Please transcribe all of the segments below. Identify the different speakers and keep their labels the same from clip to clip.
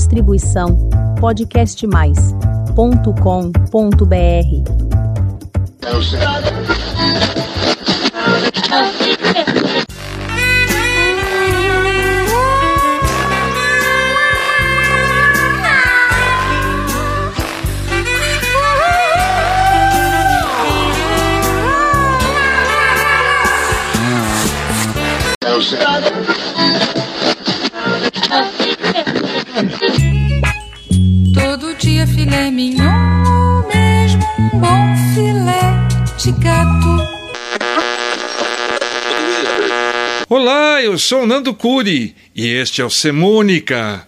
Speaker 1: Distribuição podcastmais.com.br.
Speaker 2: Todo dia filé mignon, ou mesmo um bom filé de gato.
Speaker 3: Olá, eu sou o Nando Curi e este é o Semônica.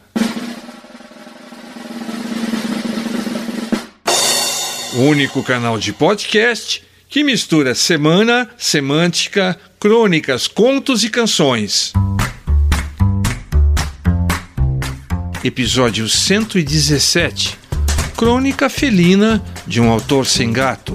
Speaker 3: O único canal de podcast que mistura semana, semântica, crônicas, contos e canções. Episódio 117. Crônica felina de um autor sem gato.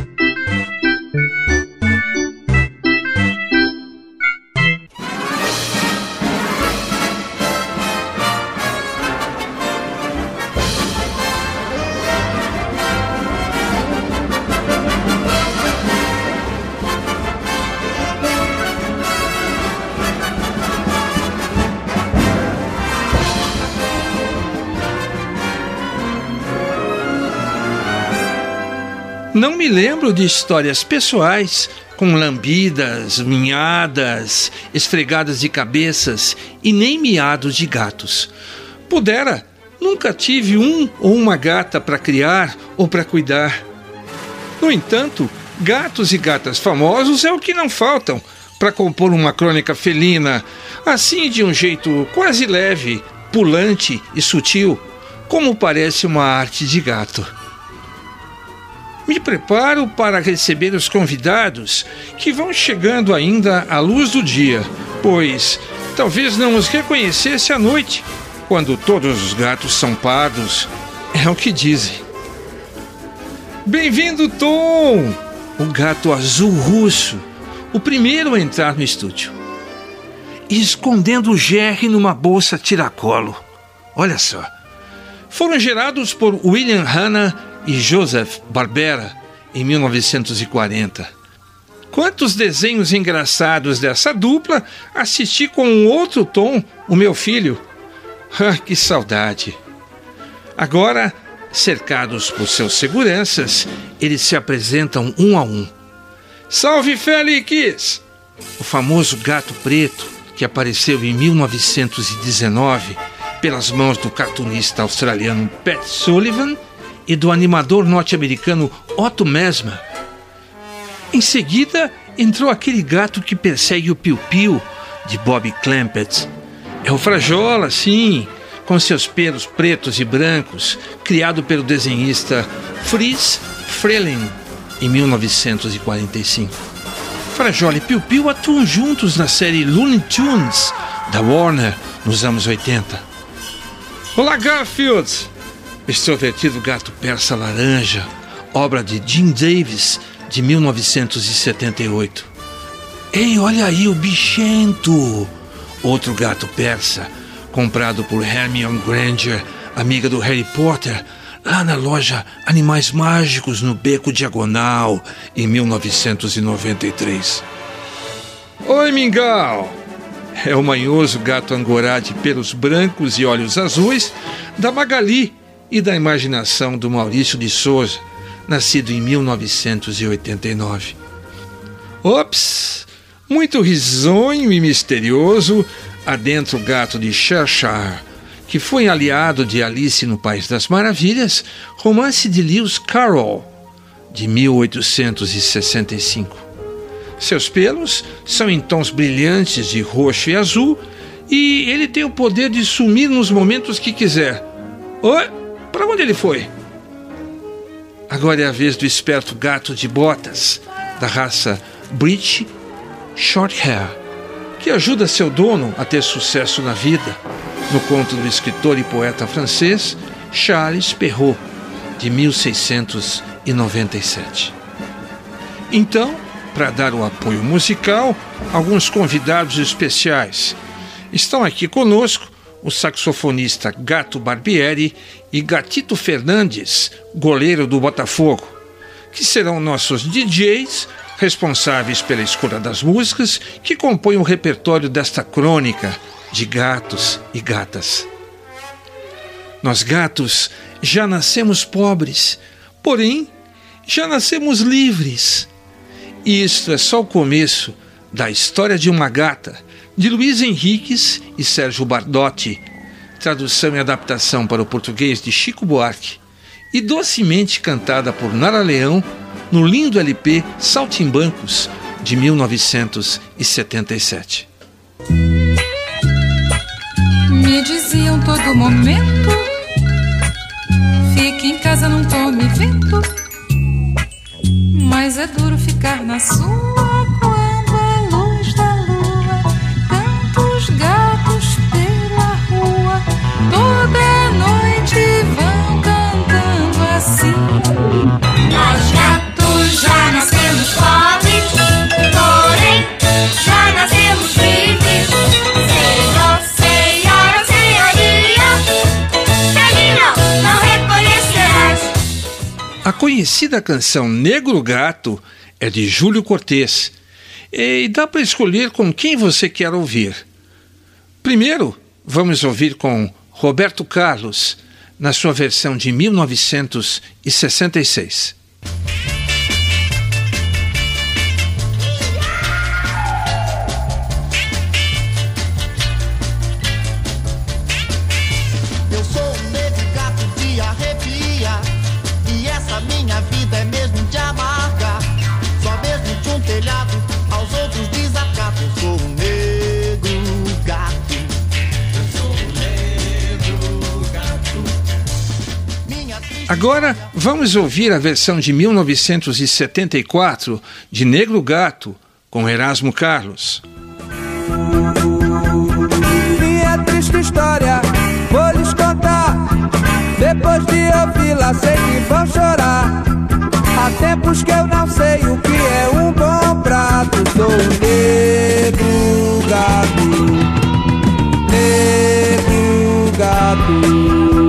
Speaker 3: Não me lembro de histórias pessoais com lambidas, minhadas, esfregadas de cabeças e nem miados de gatos. Pudera, nunca tive um ou uma gata para criar ou para cuidar. No entanto, gatos e gatas famosos é o que não faltam para compor uma crônica felina, assim de um jeito quase leve, pulante e sutil, como parece uma arte de gato. Me preparo para receber os convidados que vão chegando ainda à luz do dia, pois talvez não os reconhecesse à noite, quando todos os gatos são pardos, é o que dizem. Bem-vindo, Tom, o gato azul russo, o primeiro a entrar no estúdio. E escondendo o Jerry numa bolsa tiracolo. Olha só. Foram gerados por William Hanna e Joseph Barbera em 1940. Quantos desenhos engraçados dessa dupla assisti com um outro Tom, o meu filho. Ah, que saudade! Agora, cercados por seus seguranças, eles se apresentam um a um. Salve, Félix! O famoso gato preto que apareceu em 1919 pelas mãos do cartunista australiano Pat Sullivan e do animador norte-americano Otto Mesmer. Em seguida, entrou aquele gato que persegue o Piu-Piu, de Bob Clampett. É o Frajola, sim, com seus pelos pretos e brancos, criado pelo desenhista Fritz Freleng em 1945. Frajola e Piu-Piu atuam juntos na série Looney Tunes, da Warner, nos anos 80. Olá, Garfield! Extrovertido gato persa laranja, obra de Jim Davis, de 1978. Ei, olha aí o bichento! Outro gato persa, comprado por Hermione Granger, amiga do Harry Potter, lá na loja Animais Mágicos, no Beco Diagonal, em 1993. Oi, Mingau! É o manhoso gato angorá de pelos brancos e olhos azuis da Magali e da imaginação do Maurício de Souza, nascido em 1989. Ops! Muito risonho e misterioso, adentra o gato de Cheshire, que foi aliado de Alice no País das Maravilhas, romance de Lewis Carroll, de 1865. Seus pelos são em tons brilhantes de roxo e azul, e ele tem o poder de sumir nos momentos que quiser. Oi! Para onde ele foi? Agora é a vez do esperto gato de botas, da raça British Shorthair, que ajuda seu dono a ter sucesso na vida, no conto do escritor e poeta francês Charles Perrault, de 1697. Então, para dar o apoio musical, alguns convidados especiais. Estão aqui conosco o saxofonista Gato Barbieri e Gatito Fernandes, goleiro do Botafogo, que serão nossos DJs responsáveis pela escolha das músicas que compõem o repertório desta crônica de gatos e gatas. Nós gatos já nascemos pobres, porém já nascemos livres. E isto é só o começo da História de uma Gata, de Luiz Henriques e Sérgio Bardotti, tradução e adaptação para o português de Chico Buarque, e docemente cantada por Nara Leão no lindo LP Saltimbancos, de 1977.
Speaker 2: Me diziam todo momento: fique em casa, não tome vento. Mas é duro ficar na sua quando a luz da lua canta os gatos pela rua. Toda noite vão cantando assim.
Speaker 4: Nós gatos já nascemos pobres, porém já nascemos livres. Senhor, senhora, senhoria, que não reconhecerás.
Speaker 3: A conhecida canção Negro Gato é de Júlio Cortez e dá para escolher com quem você quer ouvir. Primeiro, vamos ouvir com Roberto Carlos, na sua versão de 1966.
Speaker 5: Eu sou um negro gato de arrepia, e essa minha vida é mesmo de amarga. Só mesmo de um telhado aos outros desacato. Eu sou um negro gato. Eu sou um negro gato.
Speaker 3: Agora vamos ouvir a versão de 1974 de Negro Gato com Erasmo Carlos.
Speaker 6: Minha triste história vou lhes contar. Depois de ouvi-la sei que vão chorar. Há tempos que eu não sei o que é um bom prato. Sou um negro gato, negro gato.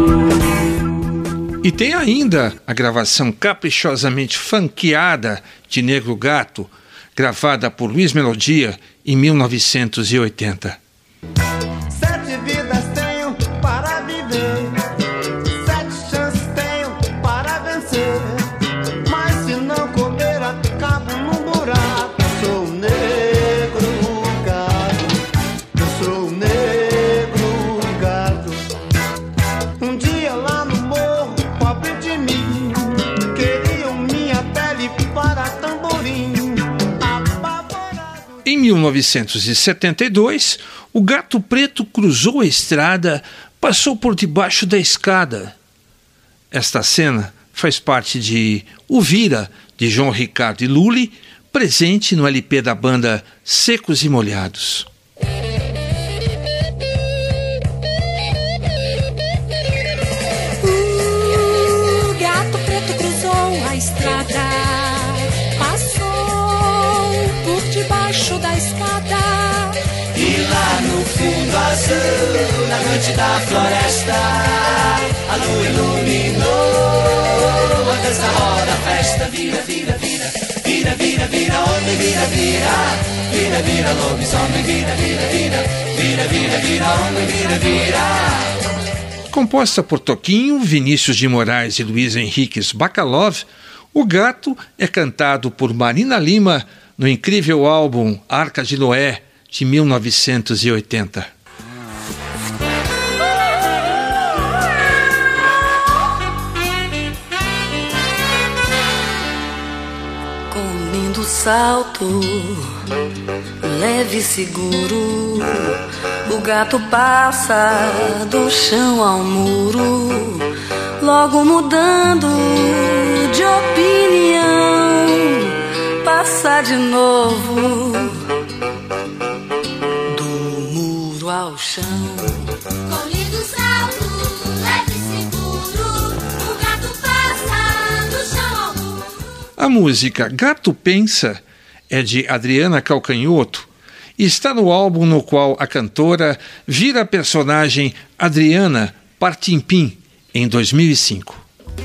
Speaker 3: E tem ainda a gravação caprichosamente funkeada de Negro Gato, gravada por Luiz Melodia em 1980.
Speaker 5: 7 vidas tenho para viver, 7 chances tenho para vencer. Mas se não comer, acabo num buraco. Eu sou um negro gato. Eu sou um negro gato. Um dia lá no morro, pobre de mim, queriam minha pele para tamborim. Apavorado.
Speaker 3: Em 1972, o Gato Preto cruzou a estrada, passou por debaixo da escada. Esta cena faz parte de O Vira, de João Ricardo e Lully, presente no LP da banda Secos e Molhados.
Speaker 7: O gato preto cruzou a estrada, passou por debaixo da escada.
Speaker 8: E lá no fundo azul, na noite da floresta, a lua iluminou a dança, roda, a festa. Vira, vira, vira, vira, vira, vira, homem, vira, vira, vira, vira, lobisomem, vira, vira, vira, vira, vira, vira, homem, vira, vira.
Speaker 3: Composta por Toquinho, Vinícius de Moraes e Luiz Henriques Bacalov, O Gato é cantado por Marina Lima no incrível álbum Arca de Noé, de 1980.
Speaker 9: Com lindo salto, leve e seguro, o gato passa do chão ao muro, logo mudando de opinião, passa de novo ao chão.
Speaker 4: Com lindo salto, leve e seguro, o gato passa do chão ao muro.
Speaker 3: A música Gato Pensa é de Adriana Calcanhoto e está no álbum no qual a cantora vira a personagem Adriana Partimpim em 2005.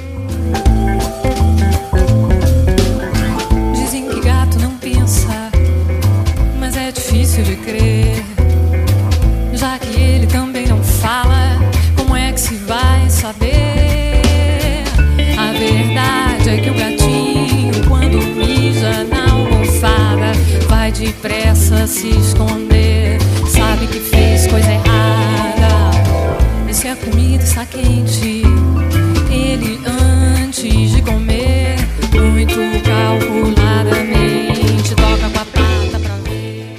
Speaker 2: Dizem que gato não pensa, mas é difícil de crer. Já que ele também não fala, como é que se vai saber? A verdade é que o gatinho, quando mija na almofada, vai depressa se esconder. Sabe que fez coisa errada. E se a comida está quente, ele antes de comer, muito calculadamente toca com a pata pra ver.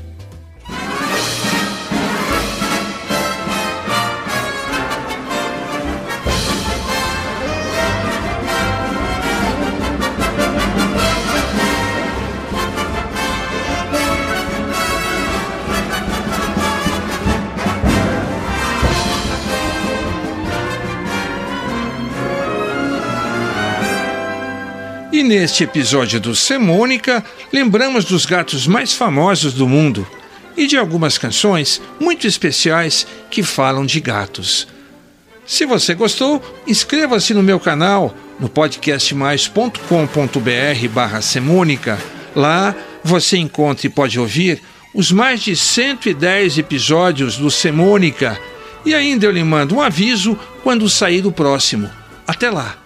Speaker 3: E neste episódio do Semônica, lembramos dos gatos mais famosos do mundo e de algumas canções muito especiais que falam de gatos. Se você gostou, inscreva-se no meu canal no podcastmais.com.br/Semônica. Lá você encontra e pode ouvir os mais de 110 episódios do Semônica. E ainda eu lhe mando um aviso quando sair o próximo. Até lá!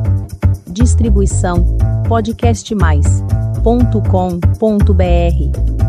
Speaker 1: Distribuição podcastmais.com.br